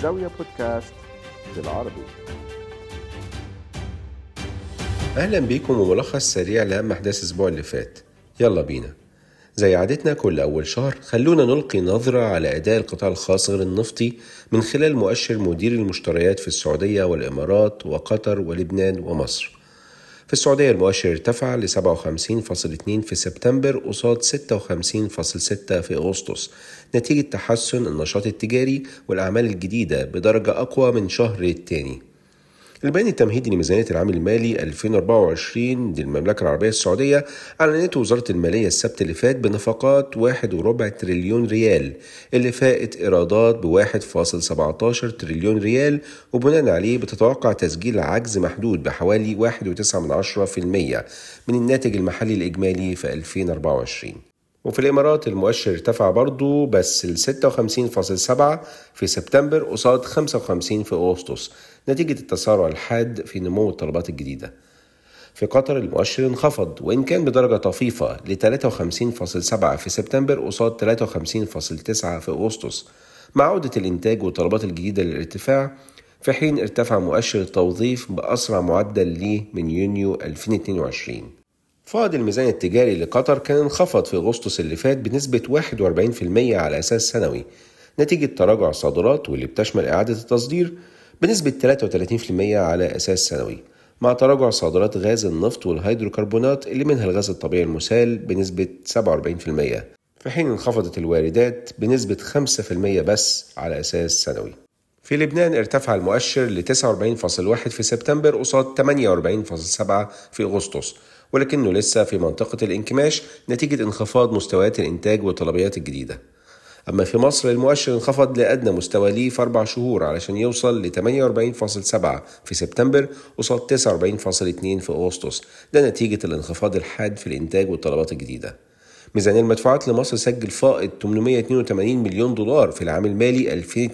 زاوية بودكاست بالعربي. أهلا بيكم وملخص سريع لأهم أحداث الأسبوع اللي فات. يلا بينا. زي عادتنا كل أول شهر خلونا نلقي نظرة على أداء القطاع الخاص غير النفطي من خلال مؤشر مدير المشتريات في السعودية والإمارات وقطر ولبنان ومصر. في السعودية المؤشر ارتفع ل 57.2 في سبتمبر قصاد 56.6 في أغسطس نتيجة تحسن النشاط التجاري والأعمال الجديدة بدرجة أقوى من شهر التاني. البيان التمهيدي لميزانية العام المالي 2024 للمملكة العربية السعودية أعلنته وزارة المالية السبت اللي فات بنفقات 1.4 تريليون ريال اللي فائت إيرادات ب1.17 تريليون ريال، وبناء عليه بتتوقع تسجيل عجز محدود بحوالي 1.9% من الناتج المحلي الإجمالي في 2024. وفي الإمارات المؤشر ارتفع برضو بس ل 56.7 في سبتمبر قصاد 55 في أغسطس نتيجة التسارع الحاد في نمو الطلبات الجديدة. في قطر المؤشر انخفض وإن كان بدرجة طفيفة ل 53.7 في سبتمبر قصاد 53.9 في أغسطس مع عودة الإنتاج والطلبات الجديدة للارتفاع، في حين ارتفع مؤشر التوظيف بأسرع معدل ليه من يونيو 2022. فائض الميزان التجاري لقطر كان انخفض في أغسطس اللي فات بنسبة 41% على أساس سنوي نتيجة تراجع الصادرات واللي بتشمل إعادة التصدير بنسبة 33% على أساس سنوي، مع تراجع صادرات غاز النفط والهيدروكربونات اللي منها الغاز الطبيعي المسال بنسبة 47%، في حين انخفضت الواردات بنسبة 5% بس على أساس سنوي. في لبنان ارتفع المؤشر ل 49.1 في سبتمبر قصاد 48.7 في أغسطس، ولكنه لسه في منطقة الانكماش نتيجة انخفاض مستويات الإنتاج والطلبيات الجديدة. أما في مصر المؤشر انخفض لأدنى مستوى ليه في 4 شهور علشان يوصل ل 48.7 في سبتمبر قصاد 49.2 في أغسطس، ده نتيجة الانخفاض الحاد في الإنتاج والطلبات الجديدة. ميزانية المدفوعات لمصر سجل فائض 882 مليون دولار في العام المالي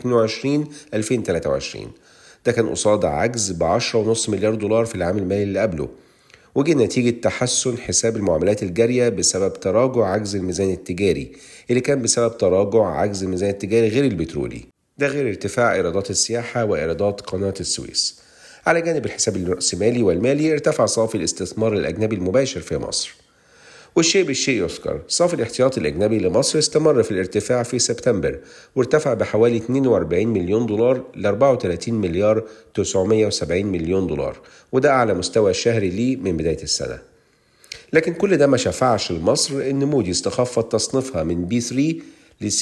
2022-2023، ده كان قصاد عجز ب10.5 مليار دولار في العام المالي اللي قبله، وجه نتيجة تحسن حساب المعاملات الجارية بسبب تراجع عجز الميزان التجاري اللي كان بسبب تراجع عجز الميزان التجاري غير البترولي، ده غير ارتفاع إيرادات السياحة وإيرادات قناة السويس. على جانب الحساب الرأسمالي والمالي ارتفع صافي الاستثمار الأجنبي المباشر في مصر. والشيء بالشيء يذكر، صافي الاحتياطي الأجنبي لمصر استمر في الارتفاع في سبتمبر وارتفع بحوالي 42 مليون دولار ل 34 مليار 970 مليون دولار، وده أعلى مستوى شهري ليه من بداية السنة. لكن كل ده ما شفعش لمصر إن موديز تخفض تصنيفها من B3 ل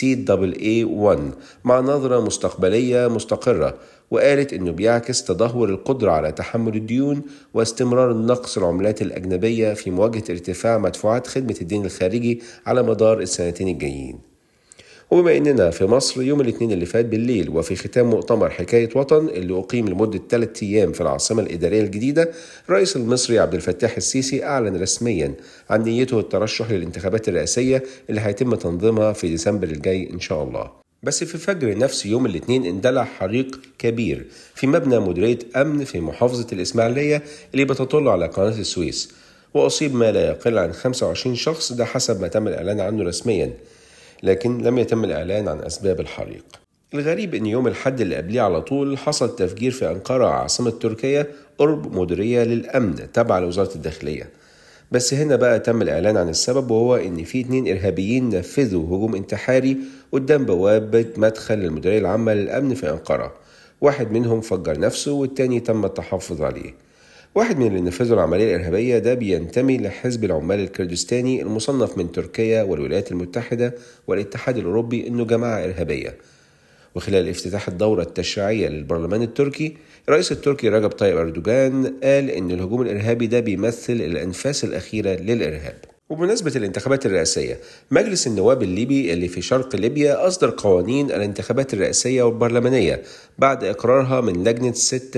CAA1 مع نظرة مستقبلية مستقرة، وقالت إنه بيعكس تدهور القدرة على تحمل الديون واستمرار نقص العملات الأجنبية في مواجهة ارتفاع مدفوعات خدمة الدين الخارجي على مدار السنتين الجايين. وبما إننا في مصر يوم الاثنين اللي فات بالليل وفي ختام لمؤتمر حكاية وطن اللي أقيم لمدة 3 أيام في العاصمة الإدارية الجديدة، الرئيس المصري عبد الفتاح السيسي أعلن رسميا عن نيته الترشح للانتخابات الرئاسية اللي هيتم تنظيمها في ديسمبر الجاي إن شاء الله. بس في فجر نفس يوم الاثنين اندلع حريق كبير في مبنى مديرية أمن في محافظة الإسماعيلية اللي بتطل على قناة السويس، وأصيب ما لا يقل عن 25 شخص، ده حسب ما تم الإعلان عنه رسميا، لكن لم يتم الإعلان عن أسباب الحريق. الغريب أن يوم الحد اللي قبليه على طول حصل تفجير في أنقرة عاصمة تركيا قرب مديرية للأمن تابعة لوزارة الداخلية، بس هنا بقى تم الإعلان عن السبب، وهو أن في 2 إرهابيين نفذوا هجوم انتحاري قدام بوابة مدخل المديرية العامة للأمن في أنقرة. واحد منهم فجر نفسه والتاني تم التحفظ عليه. واحد من اللي نفذوا العملية الإرهابية ده بينتمي لحزب العمال الكردستاني المصنف من تركيا والولايات المتحدة والاتحاد الأوروبي إنه جماعة إرهابية. وخلال افتتاح الدورة التشريعية للبرلمان التركي، الرئيس التركي رجب طيب أردوغان قال إن الهجوم الإرهابي ده بيمثل الأنفاس الأخيرة للإرهاب. وبمناسبة الانتخابات الرئاسية، مجلس النواب الليبي اللي في شرق ليبيا أصدر قوانين الانتخابات الرئاسية والبرلمانية بعد إقرارها من لجنة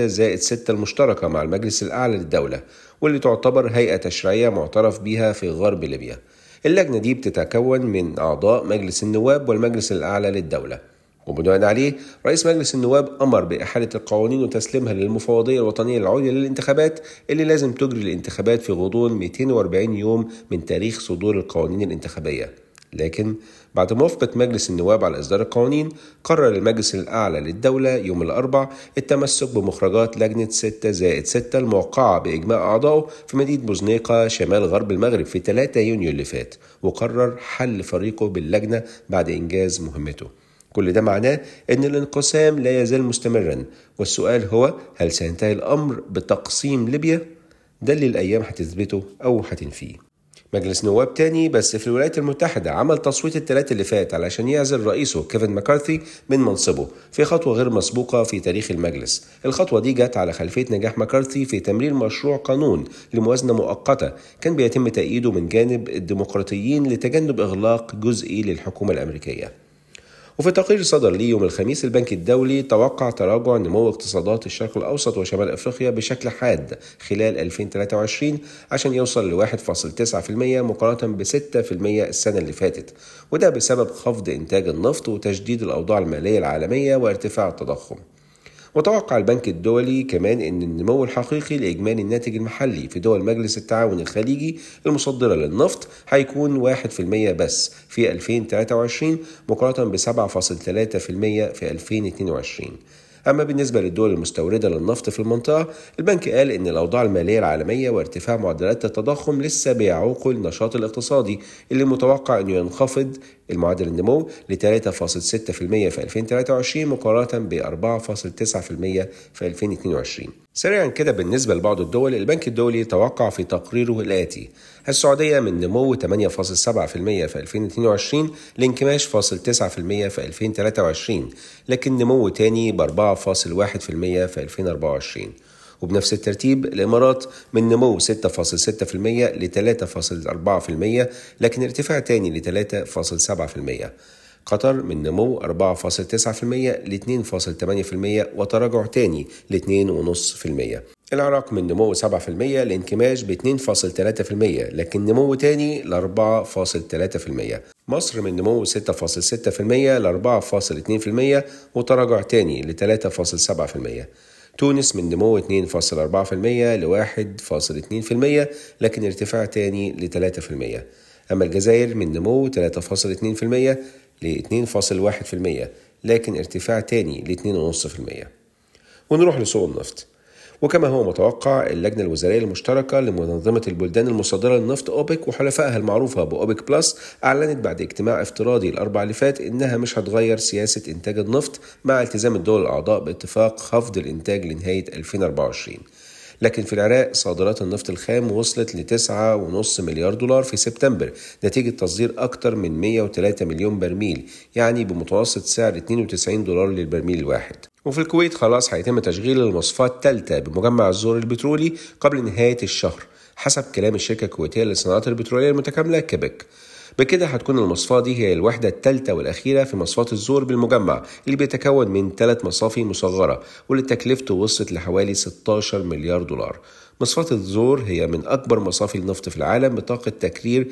6+6 المشتركة مع المجلس الأعلى للدولة، واللي تعتبر هيئة تشريعية معترف بها في غرب ليبيا. اللجنة دي بتتكون من أعضاء مجلس النواب والمجلس الأعلى للدولة، وبناء عليه رئيس مجلس النواب أمر بإحالة القوانين وتسليمها للمفوضية الوطنية العليا للانتخابات اللي لازم تجري الانتخابات في غضون 240 يوم من تاريخ صدور القوانين الانتخابية. لكن بعد موافقة مجلس النواب على إصدار القوانين، قرر المجلس الأعلى للدولة يوم الأربعاء التمسك بمخرجات لجنة 6+6 الموقعة بإجماع أعضائه في مدينة بوزنيقة شمال غرب المغرب في 3 يونيو اللي فات، وقرر حل فريقه باللجنة بعد إنجاز مهمته. كل ده معناه أن الانقسام لا يزال مستمرا، والسؤال هو هل سينتهي الأمر بتقسيم ليبيا؟ ده اللي الأيام هتثبته أو هتنفيه. مجلس نواب تاني بس في الولايات المتحدة عمل تصويت الثلاث اللي فات علشان يعزل رئيسه كيفن ماكارثي من منصبه في خطوة غير مسبوقة في تاريخ المجلس. الخطوة دي جت على خلفية نجاح ماكارثي في تمرير مشروع قانون لموازنة مؤقتة كان بيتم تأييده من جانب الديمقراطيين لتجنب إغلاق جزئي للحكومة الأمريكية. وفي تقرير صدر ليه يوم الخميس، البنك الدولي توقع تراجع نمو اقتصادات الشرق الأوسط وشمال أفريقيا بشكل حاد خلال 2023 عشان يوصل ل 1.9% مقارنة ب 6% السنة اللي فاتت، وده بسبب خفض إنتاج النفط وتجديد الأوضاع المالية العالمية وارتفاع التضخم. وتوقع البنك الدولي كمان أن النمو الحقيقي لإجمالي الناتج المحلي في دول مجلس التعاون الخليجي المصدرة للنفط هيكون 1% بس في 2023 مقارنة ب 7.3% في 2022. أما بالنسبة للدول المستوردة للنفط في المنطقة، البنك قال إن الأوضاع المالية العالمية وارتفاع معدلات التضخم لسه بيعوقوا النشاط الاقتصادي اللي متوقع أنه ينخفض المعدل النمو ل 3.6% في 2023 مقارنة ب 4.9% في 2022. سريعا كده بالنسبة لبعض الدول، البنك الدولي توقع في تقريره الآتي: السعودية من نمو 8.7% في 2022 لانكماش 0.9% في 2023، لكن نمو تاني ب 4.1% في 2024. وبنفس الترتيب الإمارات من نمو 6.6% ل 3.4%، لكن ارتفاع تاني ل 3.7%. قطر من نمو 4.9% ل 2.8% وتراجع تاني ل 2.5%. العراق من نمو 7% لانكماش ب 2.3%، لكن نمو تاني ل 4.3%. مصر من نمو 6.6% ل 4.2% وتراجع تاني ل 3.7%. تونس من نمو 2.4% ل 1.2%، لكن ارتفاع تاني ل 3%. أما الجزائر من نمو 3.2% ل 2.1%، لكن ارتفاع تاني ل 2.5%. ونروح لسوق النفط. وكما هو متوقع، اللجنة الوزارية المشتركة لمنظمة البلدان المصدرة للنفط أوبك وحلفائها المعروفة بأوبك بلس أعلنت بعد اجتماع افتراضي الأربعاء اللي فات إنها مش هتغير سياسة إنتاج النفط مع التزام الدول الأعضاء باتفاق خفض الإنتاج لنهاية 2024. لكن في العراق صادرات النفط الخام وصلت ل 9.5 مليار دولار في سبتمبر نتيجة تصدير أكثر من 103 مليون برميل، يعني بمتوسط سعر 92 دولار للبرميل الواحد. وفي الكويت خلاص هيتم تشغيل المصفاة الثالثة بمجمع الزور البترولي قبل نهاية الشهر حسب كلام الشركة الكويتية للصناعات البترولية المتكاملة كيبك. بكده هتكون المصفاة دي هي الوحدة الثالثة والأخيرة في مصفاة الزور بالمجمع اللي بيتكون من 3 مصافي مصغرة واللي تكلفته وصلت لحوالي 16 مليار دولار. مصفاة الزور هي من أكبر مصافي النفط في العالم بطاقة تكرير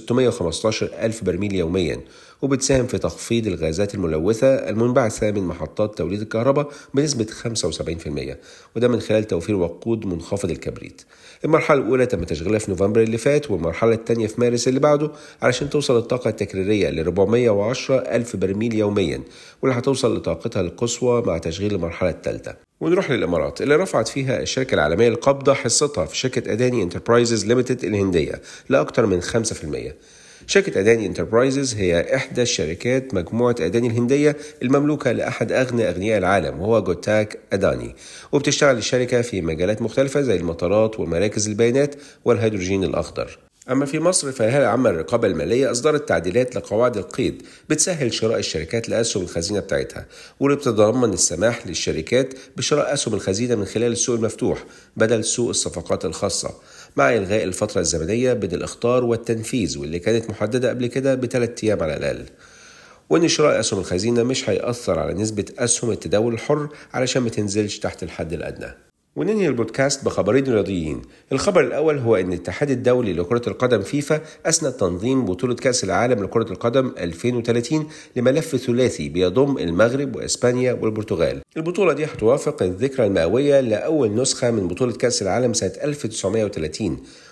615 ألف برميل يوميا، وبتساهم في تخفيض الغازات الملوثة المنبعثة من محطات توليد الكهرباء بنسبة 75%، وده من خلال توفير وقود منخفض الكبريت. المرحلة الأولى تم تشغيلها في نوفمبر اللي فات، والمرحلة الثانية في مارس اللي بعده علشان توصل الطاقة التكريرية ل 410 ألف برميل يوميا، واللي هتوصل لطاقتها القصوى مع تشغيل المرحلة الثالثة. ونروح للإمارات اللي رفعت فيها الشركة العالمية للقبضة حصتها في شركة أداني انتربرايزز ليميتد الهندية لأكثر من 5%. شركة أداني انتربرايزز هي إحدى الشركات مجموعة أداني الهندية المملوكة لأحد أغنى أغنياء العالم وهو جوتاك أداني، وبتشتغل الشركة في مجالات مختلفة زي المطارات ومراكز البيانات والهيدروجين الأخضر. أما في مصر فالهيئة العامة للرقابة المالية أصدرت تعديلات لقواعد القيد بتسهل شراء الشركات لأسهم الخزينة بتاعتها، واللي بتتضمن السماح للشركات بشراء أسهم الخزينة من خلال السوق المفتوح بدل سوق الصفقات الخاصة، مع إلغاء الفترة الزمنية بين الإخطار والتنفيذ واللي كانت محددة قبل كده ب3 أيام على الأقل. وإن شراء أسهم الخزينة مش هيأثر على نسبة أسهم التداول الحر علشان ما تنزلش تحت الحد الأدنى. وننهي البودكاست بخبرين رياضيين. الخبر الأول هو أن الاتحاد الدولي لكرة القدم فيفا أسند تنظيم بطولة كأس العالم لكرة القدم 2030 لملف ثلاثي بيضم المغرب وإسبانيا والبرتغال. البطولة دي هتوافق الذكرى المئوية لأول نسخة من بطولة كأس العالم سنة 1930،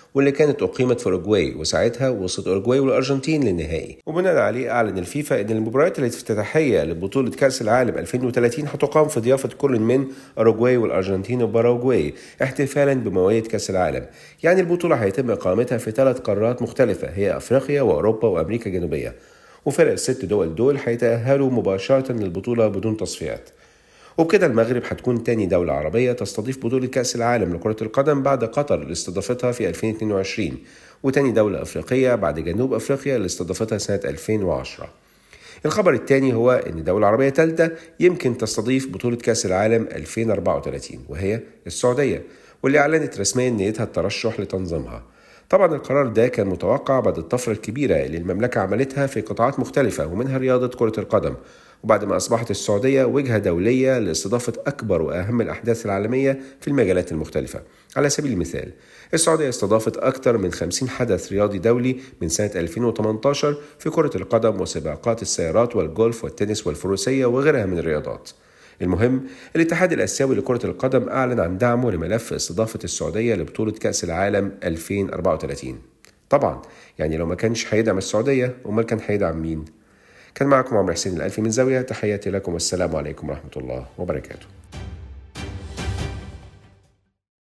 واللي كانت أقيمت في أوروجواي، وساعتها وصلت أوروجواي والأرجنتين للنهائي. وبناء عليه أعلن الفيفا إن المباريات الافتتاحية لبطولة كأس العالم 2030 هتقام في ضيافة كل من أوروجواي والأرجنتين وباراغواي احتفالا بموعد كأس العالم. يعني البطولة هيتم إقامتها في 3 قارات مختلفة، هي أفريقيا وأوروبا وأمريكا الجنوبية، وفرق ال6 دول هيتأهلوا مباشرة للبطولة بدون تصفيات. وبكده المغرب هتكون تاني دولة عربية تستضيف بطولة كأس العالم لكرة القدم بعد قطر اللي استضافتها في 2022، وتاني دولة أفريقية بعد جنوب أفريقيا اللي استضافتها سنة 2010. الخبر الثاني هو أن دولة عربية ثالثة يمكن تستضيف بطولة كأس العالم 2034، وهي السعودية، واللي أعلنت رسميا نيتها الترشح لتنظيمها. طبعا القرار ده كان متوقع بعد الطفرة الكبيرة اللي المملكة عملتها في قطاعات مختلفة ومنها رياضة كرة القدم، وبعد ما أصبحت السعودية وجهة دولية لاستضافة أكبر وأهم الأحداث العالمية في المجالات المختلفة. على سبيل المثال، السعودية استضافت أكثر من 50 حدث رياضي دولي من سنة 2018 في كرة القدم وسباقات السيارات والجولف والتنس والفروسية وغيرها من الرياضات. المهم، الاتحاد الآسيوي لكرة القدم أعلن عن دعمه لملف استضافة السعودية لبطولة كأس العالم 2034. طبعا يعني لو ما كانش هيدعم السعودية، أمال كان هيدعم مين؟ كان معكم عمرو حسين الألفي من زاوية. تحياتي لكم والسلام عليكم ورحمة الله وبركاته.